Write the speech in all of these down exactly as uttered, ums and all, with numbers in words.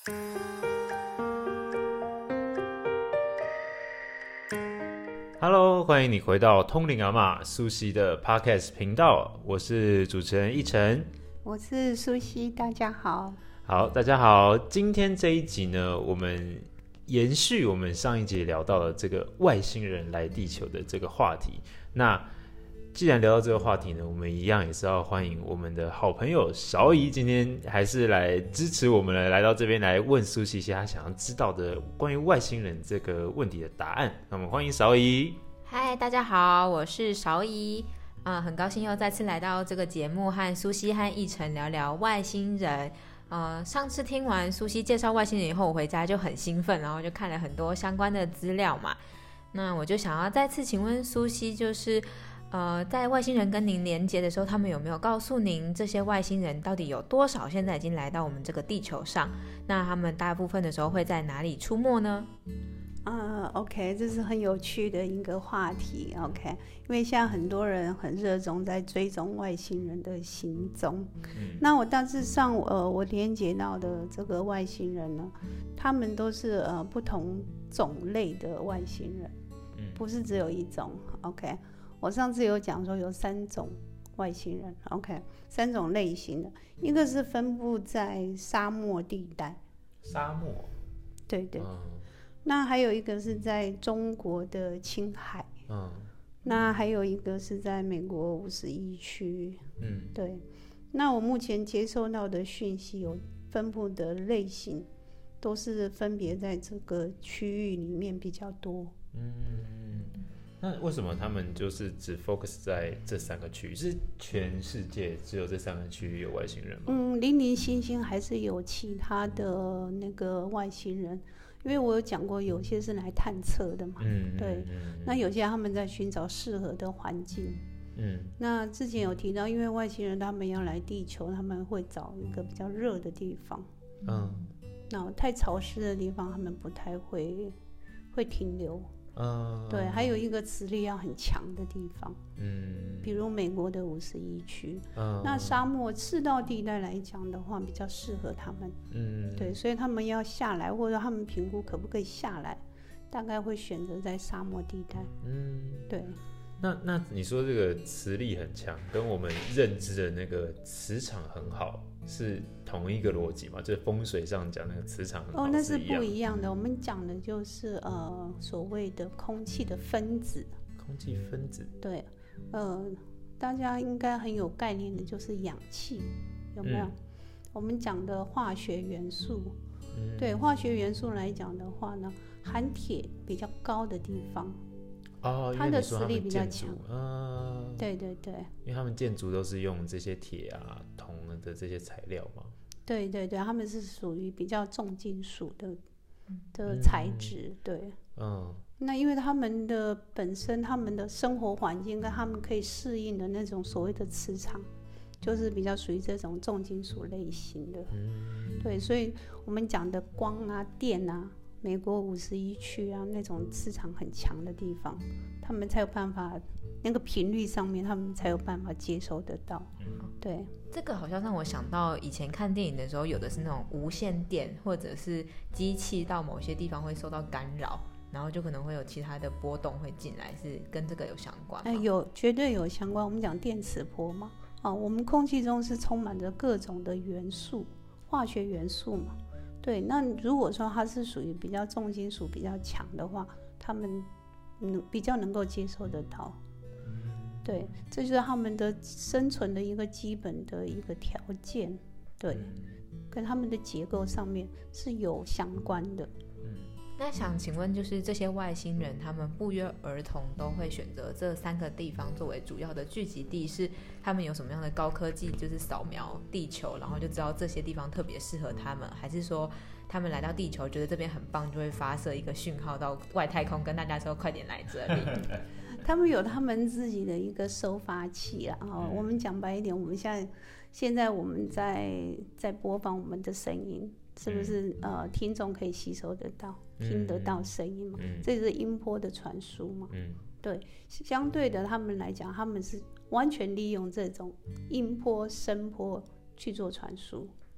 Hello， 欢迎你回到通灵阿嬷苏西的 Podcast 频道，我是主持人奕晨， 我是苏西，大家好。 好，大家好。今天这一集呢，我们延续我们上一集聊到了这个外星人来地球的这个话题。那既然聊到这个话题呢，我们一样也是要欢迎我们的好朋友韶仪，今天还是来支持我们来来到这边来问苏西一些他想要知道的关于外星人这个问题的答案。那我们欢迎韶仪。 嗨，大家好，我是韶仪。呃，很高兴又再次来到这个节目，和苏西和奕晨聊聊外星人。呃，上次听完苏西介绍外星人以后，我回家就很兴奋，然后就看了很多相关的资料嘛。那我就想要再次请问苏西，就是呃，在外星人跟您连接的时候，他们有没有告诉您这些外星人到底有多少现在已经来到我们这个地球上？那他们大部分的时候会在哪里出没呢？ 呃 OK， 这是很有趣的一个话题 OK， 因为现在很多人很热衷在追踪外星人的行踪、嗯、那我大致上呃，我连接到的这个外星人呢，他们都是呃不同种类的外星人，不是只有一种 OK。 我上次有讲说有三种外星人 OK， 三种类型的，一个是分布在沙漠地带， 沙漠， 对对、嗯，那还有一个是在中国的青海，嗯，那还有一个是在美国五十一区，嗯，对。那我目前接收到的讯息有分布的类型，都是分别在这个区域里面比较多。 嗯，那为什么他们就是只 focus 在这三个区域？是全世界只有这三个区域有外星人吗？ 嗯，零零星星还是有其他的那个外星人。因为我有讲过，有些是来探测的嘛，嗯，对，嗯、那有些他们在寻找适合的环境，嗯，那之前有提到，因为外星人他们要来地球，他们会找一个比较热的地方，嗯，那太潮湿的地方他们不太会会停留，嗯，对，还有一个磁力要很强的地方，嗯，比如美国的五十一区，嗯，那沙漠赤道地带来讲的话，比较适合他们，嗯，对，所以他们要下来，或者他们评估可不可以下来，大概会选择在沙漠地带，嗯，对。 那那你说这个磁力很强，跟我们认知的那个磁场很好是同一个逻辑吗？就是风水上讲那个磁场很好是一样的？哦， 那是不一样的。我们讲的就是呃所谓的空气的分子。 空气分子。对， 呃，大家应该很有概念的，就是氧气，有没有？嗯、我们讲的化学元素，嗯、对，化学元素来讲的话呢，含铁比较高的地方。 哦， 它的磁力比较强， 啊， 对对对， 因为他们建筑都是用这些铁啊、铜的这些材料嘛。 对对对，他们是属于比较重金属的的材质，嗯、对，嗯。那因为他们的本身，他们的生活环境跟他们可以适应的那种所谓的磁场，就是比较属于这种重金属类型的，嗯。对，所以我们讲的光啊、电啊。美国五十一区啊，那种磁场很强的地方，他们才有办法，那个频率上面，他们才有办法接收得到。嗯、对， 这个好像让我想到以前看电影的时候，有的是那种无线电，或者是机器到某些地方会受到干扰，然后就可能会有其他的波动会进来，是跟这个有相关吗？ 哎，有，绝对有相关。我们讲电磁波嘛，啊，我们空气中是充满着各种的元素，化学元素嘛。对，那如果说它是属于比较重金属比较强的话，他们嗯比较能够接受得到。对，这就是他们的生存的一个基本的一个条件。对，跟他们的结构上面是有相关的。 那想请问，就是这些外星人，他们不约而同都会选择这三个地方作为主要的聚集地，是他们有什么样的高科技，就是扫描地球，然后就知道这些地方特别适合他们，还是说他们来到地球觉得这边很棒，就会发射一个讯号到外太空，跟大家说快点来这里？ 他们有他们自己的一个收发器啦，哦，我们讲白一点，我们现在现在我们在在播放我们的声音。是不是、嗯、呃听众可以吸收得到、嗯、听得到声音嘛、嗯、这是音波的传输嘛、嗯、对，相对的他们来讲，他们是完全利用这种音波声波去做传输，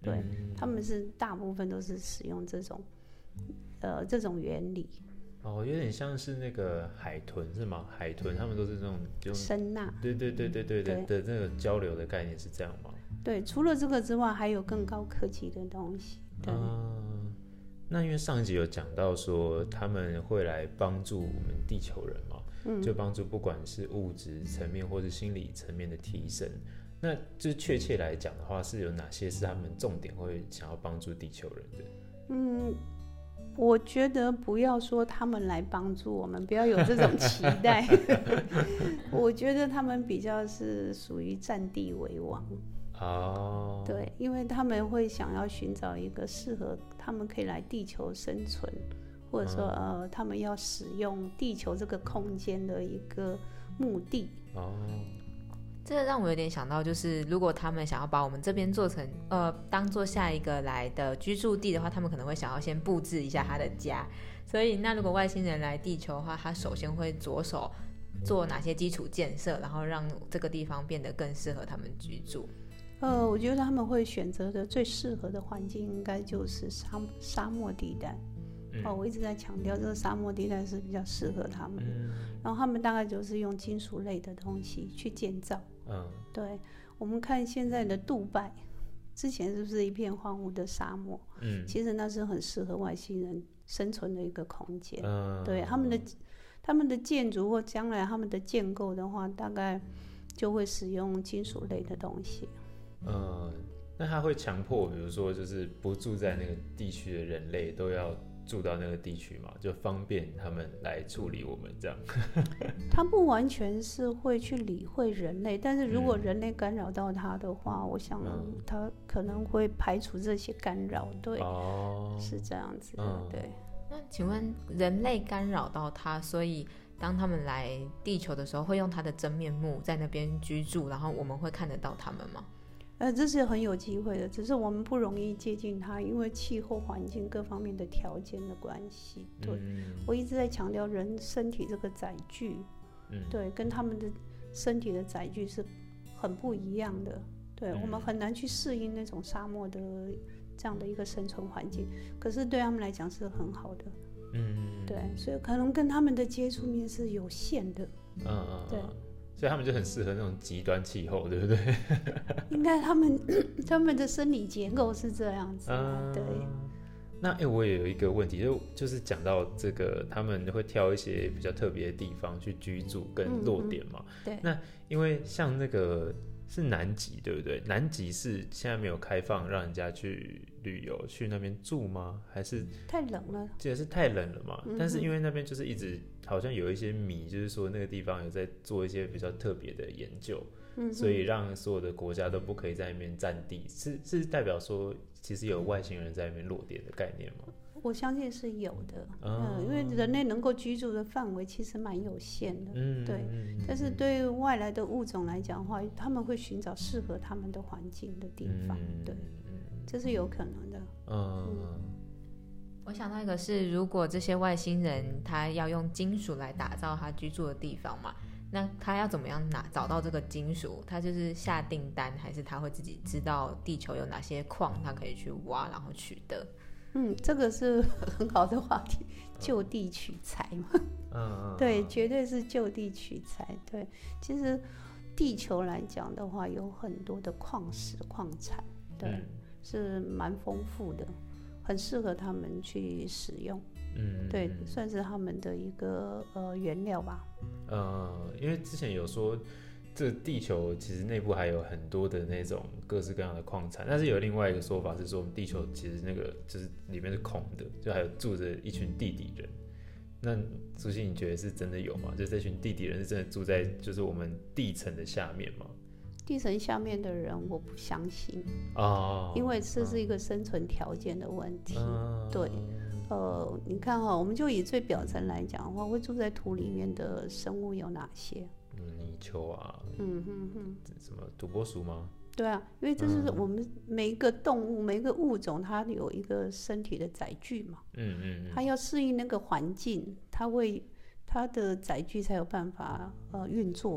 对、嗯、他们是大部分都是使用这种呃这种原理。 哦，有点像是那个海豚是吗？海豚他们都是这种就声呐， 对对对对对对的那个交流的概念是这样吗？ 对，除了这个之外，还有更高科技的东西。对， 嗯，那因为上一集有讲到说他们会来帮助我们地球人嘛，嗯，就帮助不管是物质层面或是心理层面的提升。那就确切来讲的话，是有哪些是他们重点会想要帮助地球人的？ 嗯。我觉得不要说他们来帮助我们，不要有这种期待。我觉得他们比较是属于占地为王。 哦， 对，因为他们会想要寻找一个适合他们可以来地球生存，或者说、嗯、呃，他们要使用地球这个空间的一个目的。 哦。 这个让我有点想到，就是如果他们想要把我们这边做成呃当做下一个来的居住地的话，他们可能会想要先布置一下他的家。所以那如果外星人来地球的话，他首先会着手做哪些基础建设，然后让这个地方变得更适合他们居住。 呃，我觉得他们会选择的最适合的环境应该就是沙沙漠地带。嗯、哦，我一直在强调这个沙漠地带是比较适合他们的、嗯、然后他们大概就是用金属类的东西去建造。嗯，对，我们看现在的杜拜，之前是不是一片荒芜的沙漠？嗯，其实那是很适合外星人生存的一个空间。嗯，对，他们的他们的建筑或将来他们的建构的话，大概就会使用金属类的东西。 嗯，那他会强迫，比如说就是不住在那个地区的人类都要住到那个地区嘛，就方便他们来处理我们这样。 他不完全是会去理会人类，但是如果人类干扰到他的话、嗯、我想他可能会排除这些干扰。对、哦、是这样子的、嗯、对。 那请问人类干扰到他，所以当他们来地球的时候会用他的真面目在那边居住，然后我们会看得到他们吗？ 呃，这是很有机会的，只是我们不容易接近它，因为气候环境各方面的条件的关系。对、嗯、我一直在强调人身体这个载具、嗯、对，跟他们的身体的载具是很不一样的。对、嗯、我们很难去适应那种沙漠的这样的一个生存环境，可是对他们来讲是很好的。嗯，对，所以可能跟他们的接触面是有限的。 嗯嗯，对。所以他们就很适合那种极端气候，对不对？ 应该他们他们的生理结构是这样子、啊、对。 那、欸、我也有一个问题，就就是讲到这个，他们会挑一些比较特别的地方去居住跟落点嘛。嗯嗯、对。那因为像那个是南极，对不对？南极是现在没有开放让人家去旅游去那边住吗？还是太冷了？ 记得是太冷了嘛、嗯。但是因为那边就是一直好像有一些谜，就是说那个地方有在做一些比较特别的研究、嗯，所以让所有的国家都不可以在那边占地，是是代表说其实有外星人在那边落点的概念吗？ 我相信是有的，嗯，嗯因为人类能够居住的范围其实蛮有限的，嗯，对。但是对外来的物种来讲的话，他们会寻找适合他们的环境的地方，嗯、对，这是有可能的。嗯，嗯我想到一个是，如果这些外星人他要用金属来打造他居住的地方嘛，那他要怎么样拿找到这个金属？他就是下订单，还是他会自己知道地球有哪些矿，他可以去挖然后取得？ 嗯，这个是很好的话题，就地取材嘛。嗯，对，绝对是就地取材。对，其实地球来讲的话，有很多的矿石、矿产，对，嗯、是蛮丰富的，很适合他们去使用。嗯，对，算是他们的一个呃原料吧。 呃，因为之前有说。这个地球其实内部还有很多的那种各式各样的矿产，但是有另外一个说法是说，我们地球其实那个就是里面是空的，就还有住着一群地底人。那苏西，你觉得是真的有吗？就这群地底人是真的住在就是我们地层的下面吗？ 地层下面的人我不相信哦，因为这是一个生存条件的问题。哦、对，呃，你看哈、哦，我们就以最表层来讲的话，会住在土里面的生物有哪些？ 泥鳅啊，嗯哼哼，什么土拨鼠吗？ 对啊，因为这是我们每一个动物、嗯、每一个物种，它有一个身体的载具嘛，嗯嗯嗯，它要适应那个环境，它会它的载具才有办法呃运作嘛，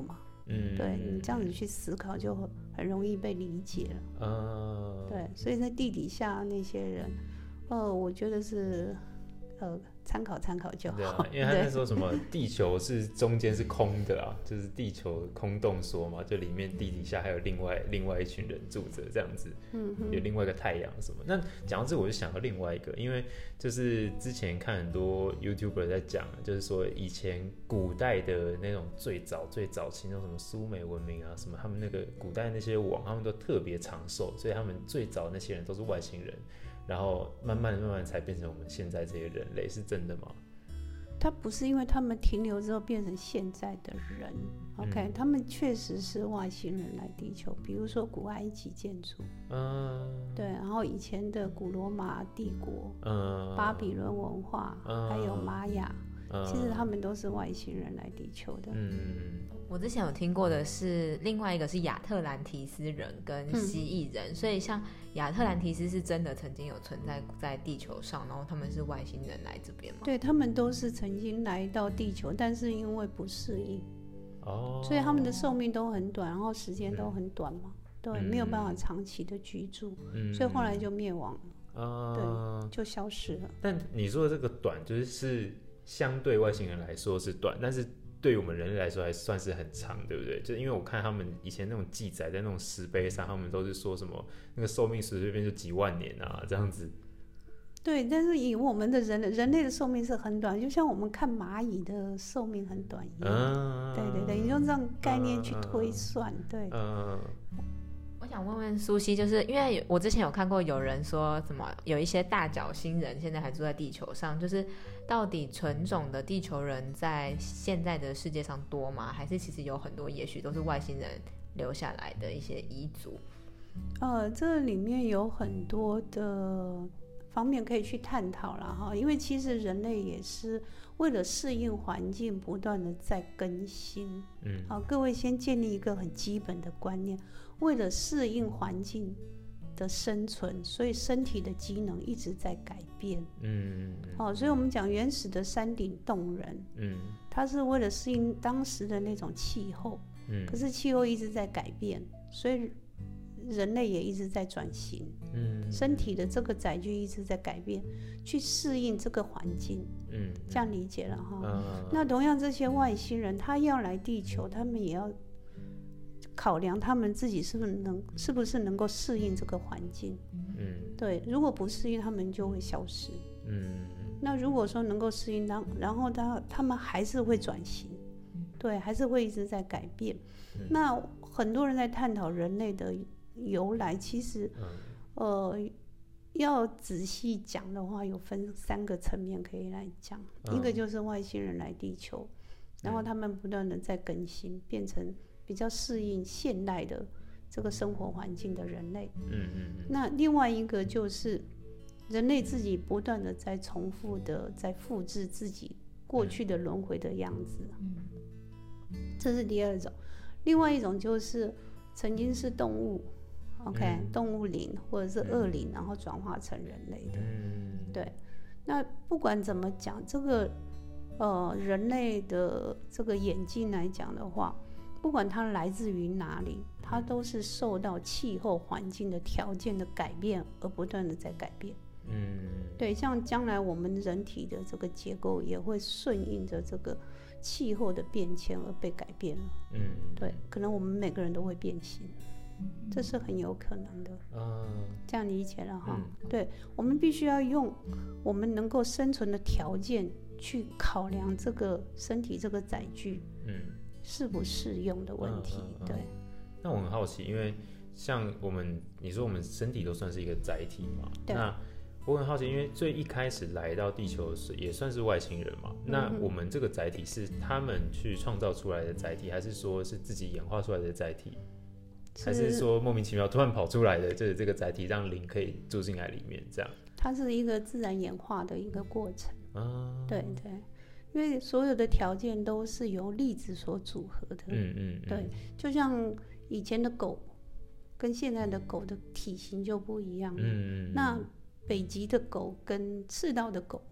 嗯，对你这样子去思考就很容易被理解了。 嗯， 对，所以在地底下那些人，呃，我觉得是呃参考参考就好。 对啊，因为他那时候什么地球是中间是空的啊，就是地球空洞说嘛，就里面地底下还有另外另外一群人住着这样子，嗯，有另外一个太阳什么。那讲到这我就想到另外一个，因为就是之前看很多 YouTuber 在讲，就是说以前古代的那种最早最早期那种什么苏美文明啊什么，他们那个古代那些王他们都特别长寿，所以他们最早那些人都是外星人。然后慢慢慢慢才变成我们现在这些人类，是真的吗？ 他不是因为他们停留之后变成现在的人、嗯、，OK， 他们确实是外星人来地球，比如说古埃及建筑，嗯，对，然后以前的古罗马帝国，嗯，巴比伦文化，嗯、还有玛雅、嗯，其实他们都是外星人来地球的，嗯。 我之前有听过的是另外一个是亚特兰提斯人跟蜥蜴人、嗯、所以像亚特兰提斯是真的曾经有存在在地球上，然后他们是外星人来这边吗？ 对，他们都是曾经来到地球，但是因为不适应、哦、所以他们的寿命都很短，然后时间都很短嘛、嗯、对、嗯、没有办法长期的居住、嗯、所以后来就灭亡了、嗯、对，就消失了。 但你说的这个短就是相对外星人来说是短，但是对于我们人类来说还算是很长，对不对？就因为我看他们以前那种记载在那种石碑上，他们都是说什么那个寿命随随便就几万年啊这样子。 对，但是以我们的人人类的寿命是很短，就像我们看蚂蚁的寿命很短一样。嗯、对对对，你用这种概念去推算，嗯、对。嗯。 我想问问苏西，就是因为我之前有看过有人说什么有一些大角星人现在还住在地球上，就是到底纯种的地球人在现在的世界上多吗？还是其实有很多也许都是外星人留下来的一些遗族？ 呃，这里面有很多的方面可以去探讨了哈，因为其实人类也是为了适应环境不断的在更新。嗯，好，各位先建立一个很基本的观念，为了适应环境的生存，所以身体的机能一直在改变。嗯，好，所以我们讲原始的山顶洞人，嗯，它是为了适应当时的那种气候，嗯，可是气候一直在改变，所以人类也一直在转型，嗯，身体的这个载具一直在改变，去适应这个环境，嗯，这样理解了哈、嗯。那同样这些外星人，他要来地球，他们也要考量他们自己是不是能是不是能够适应这个环境，嗯，对，如果不适应，他们就会消失，嗯。那如果说能够适应，然后他他们还是会转型，对，还是会一直在改变。嗯、那很多人在探讨人类的由来，其实，嗯、呃，要仔细讲的话，有分三个层面可以来讲。嗯、一个就是外星人来地球，然后他们不断的在更新，变成比较适应现代的这个生活环境的人类。嗯嗯嗯。那另外一个就是人类自己不断的在重复的在复制自己过去的轮回的样子。嗯。这是第二种。另外一种就是曾经是动物。OK，嗯、动物灵或者是恶灵，然后转化成人类的，嗯、对。那不管怎么讲，这个呃人类的这个演进来讲的话，不管它来自于哪里，它都是受到气候环境的条件的改变而不断的在改变。嗯，对，像将来我们人体的这个结构也会顺应着这个气候的变迁而被改变了。嗯，对，可能我们每个人都会变形。这是很有可能的，嗯、这样理解了哈、嗯。对，我们必须要用我们能够生存的条件去考量这个身体这个载具，嗯，适不适用的问题。嗯嗯嗯、对。 那我很好奇，因为像我们，你说我们身体都算是一个载体嘛？对。那我很好奇，因为最一开始来到地球是也算是外星人嘛？嗯、那我们这个载体是他们去创造出来的载体，还是说是自己演化出来的载体？还是说莫名其妙突然跑出来的这这个载体让灵可以住进来里面，这样？ 它是一个自然演化的一个过程。啊、对对，因为所有的条件都是由粒子所组合的。嗯嗯, 嗯。对，就像以前的狗跟现在的狗的体型就不一样了。嗯嗯。那北极的狗跟赤道的狗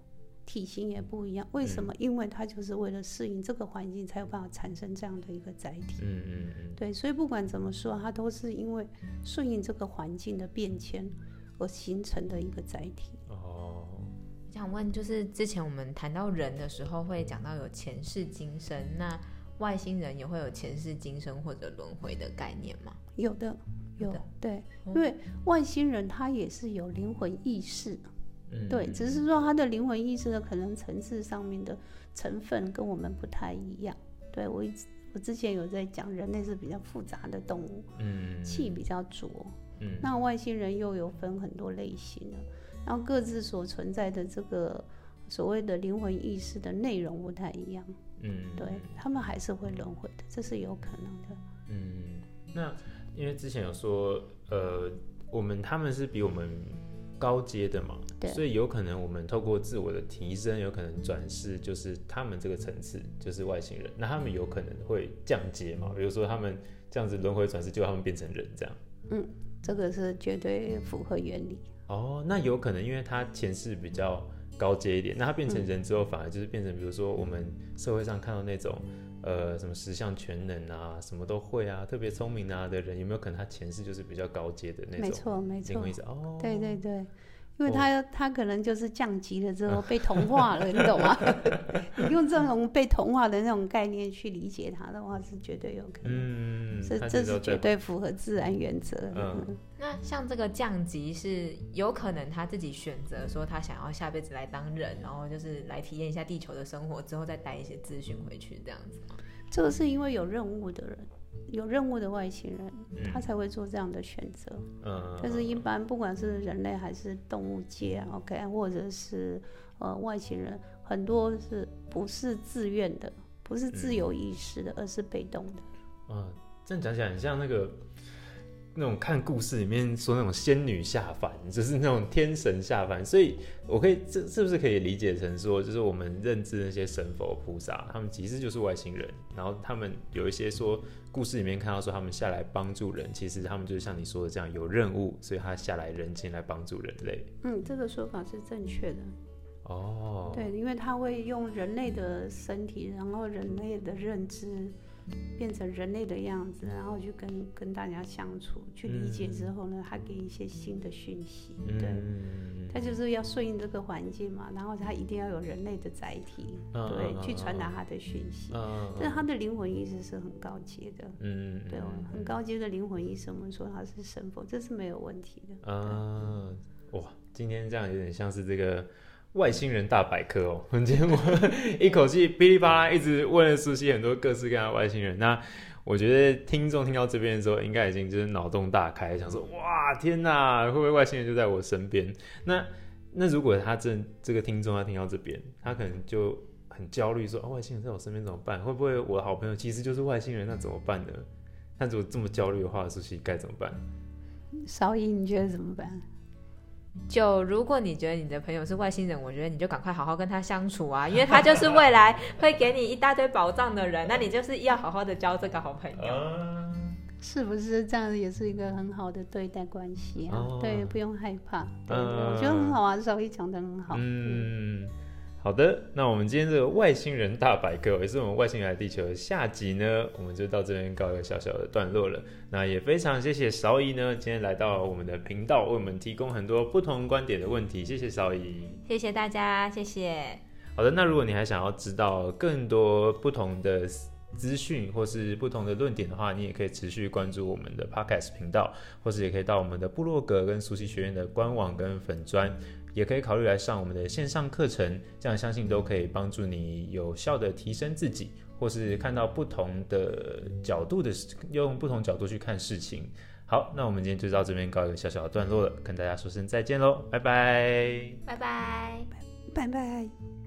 体型也不一样。为什么？嗯、因为它就是为了适应这个环境，才有办法产生这样的一个载体。 嗯嗯嗯。 对，所以不管怎么说，它都是因为顺应这个环境的变迁而形成的一个载体。 哦。 想问，就是之前我们谈到人的时候，会讲到有前世今生，那外星人也会有前世今生或者轮回的概念吗？ 有的，有的，对，因为外星人他也是有灵魂意识，嗯、对，只是说他的灵魂意识的可能层次上面的成分跟我们不太一样。对，我一直我之前有在讲，人类是比较复杂的动物，嗯，气比较浊，嗯，那外星人又有分很多类型的。然后各自所存在的这个所谓的灵魂意识的内容不太一样，嗯，对，他们还是会轮回的，这是有可能的。 嗯，那因为之前有说，呃，我们他们是比我们高阶的嘛，所以有可能我们透过自我的提升，有可能转世就是他们这个层次，就是外星人。那他们有可能会降阶嘛？比如说他们这样子轮回转世，就他们变成人这样。 嗯，这个是绝对符合原理。 哦，那有可能，因为他前世比较高阶一点，那他变成人之后，反而就是变成，比如说我们社会上看到那种，呃，什么十项全能啊，什么都会啊，特别聪明啊的人，有没有可能他前世就是比较高阶的那种？ 没错，没错。 哦， 对对对。因为他、哦、他可能就是降级了之后被同化了，你懂吗？你用这种被同化的那种概念去理解他的话，是绝对有可能。嗯，这这是绝对符合自然原则。嗯， 嗯那像这个降级是有可能他自己选择说他想要下辈子来当人，然后就是来体验一下地球的生活，之后再带一些资讯回去这样子吗？ 这个是因为有任务的人。有任务的外星人、嗯、他才会做这样的选择、嗯、但是一般不管是人类还是动物界、啊、OK， 或者是、呃、外星人，很多是不是自愿的，不是自由意识的、嗯、而是被动的。 嗯，这样讲起来很像那个那种看故事里面说那种仙女下凡，就是那种天神下凡，所以我可以这是不是可以理解成说，就是我们认知那些神佛菩萨，他们其实就是外星人，然后他们有一些说故事里面看到说他们下来帮助人，其实他们就是像你说的这样有任务，所以他下来人间来帮助人类。 嗯，这个说法是正确的。 哦， 对，因为他会用人类的身体，然后人类的认知。变成人类的样子，然后去跟跟大家相处，去理解之后呢，他给一些新的讯息，嗯、对，他就是要顺应这个环境嘛，然后他一定要有人类的载体，嗯、对，嗯、去传达他的讯息。嗯、但是他的灵魂意识是很高阶的，嗯，对，很高阶的灵魂意识，我们说他是神佛，这是没有问题的。 嗯，哇，今天这样有点像是这个。外星人大百科哦，今天我一口气噼里啪啦一直问了苏西很多各式各样的外星人，那我觉得听众听到这边的时候，应该已经就是脑洞大开，想说哇天哪，会不会外星人就在我身边？那那如果他这这个听众他听到这边，他可能就很焦虑说，哦，外星人在我身边怎么办？会不会我的好朋友其实就是外星人？那怎么办呢？那如果这么焦虑的话，苏西该怎么办？ 少仪，你觉得怎么办？ 就如果你觉得你的朋友是外星人，我觉得你就赶快好好跟他相处啊，因为他就是未来会给你一大堆宝藏的人，那你就是要好好的交这个好朋友。啊、 是不是这样也是一个很好的对待关系啊？哦、对，不用害怕。对，啊、我觉得很好啊，少仪讲得很好。 嗯。嗯好的，那我们今天这个外星人大百科，也是我们外星人来地球的下集呢，我们就到这边告一个小小的段落了。那也非常谢谢韶仪呢，今天来到我们的频道，为我们提供很多不同观点的问题，谢谢韶仪， 谢谢大家，谢谢。 好的，那如果你还想要知道更多不同的资讯或是不同的论点的话，你也可以持续关注我们的 Podcast 频道，或是也可以到我们的部落格跟苏西学院的官网跟粉专。也可以考虑来上我们的线上课程，这样相信都可以帮助你有效的提升自己，或是看到不同的角度的，用不同角度去看事情。好，那我们今天就到这边告一个小小的段落了，跟大家说声再见咯，拜拜， 拜拜， 拜拜。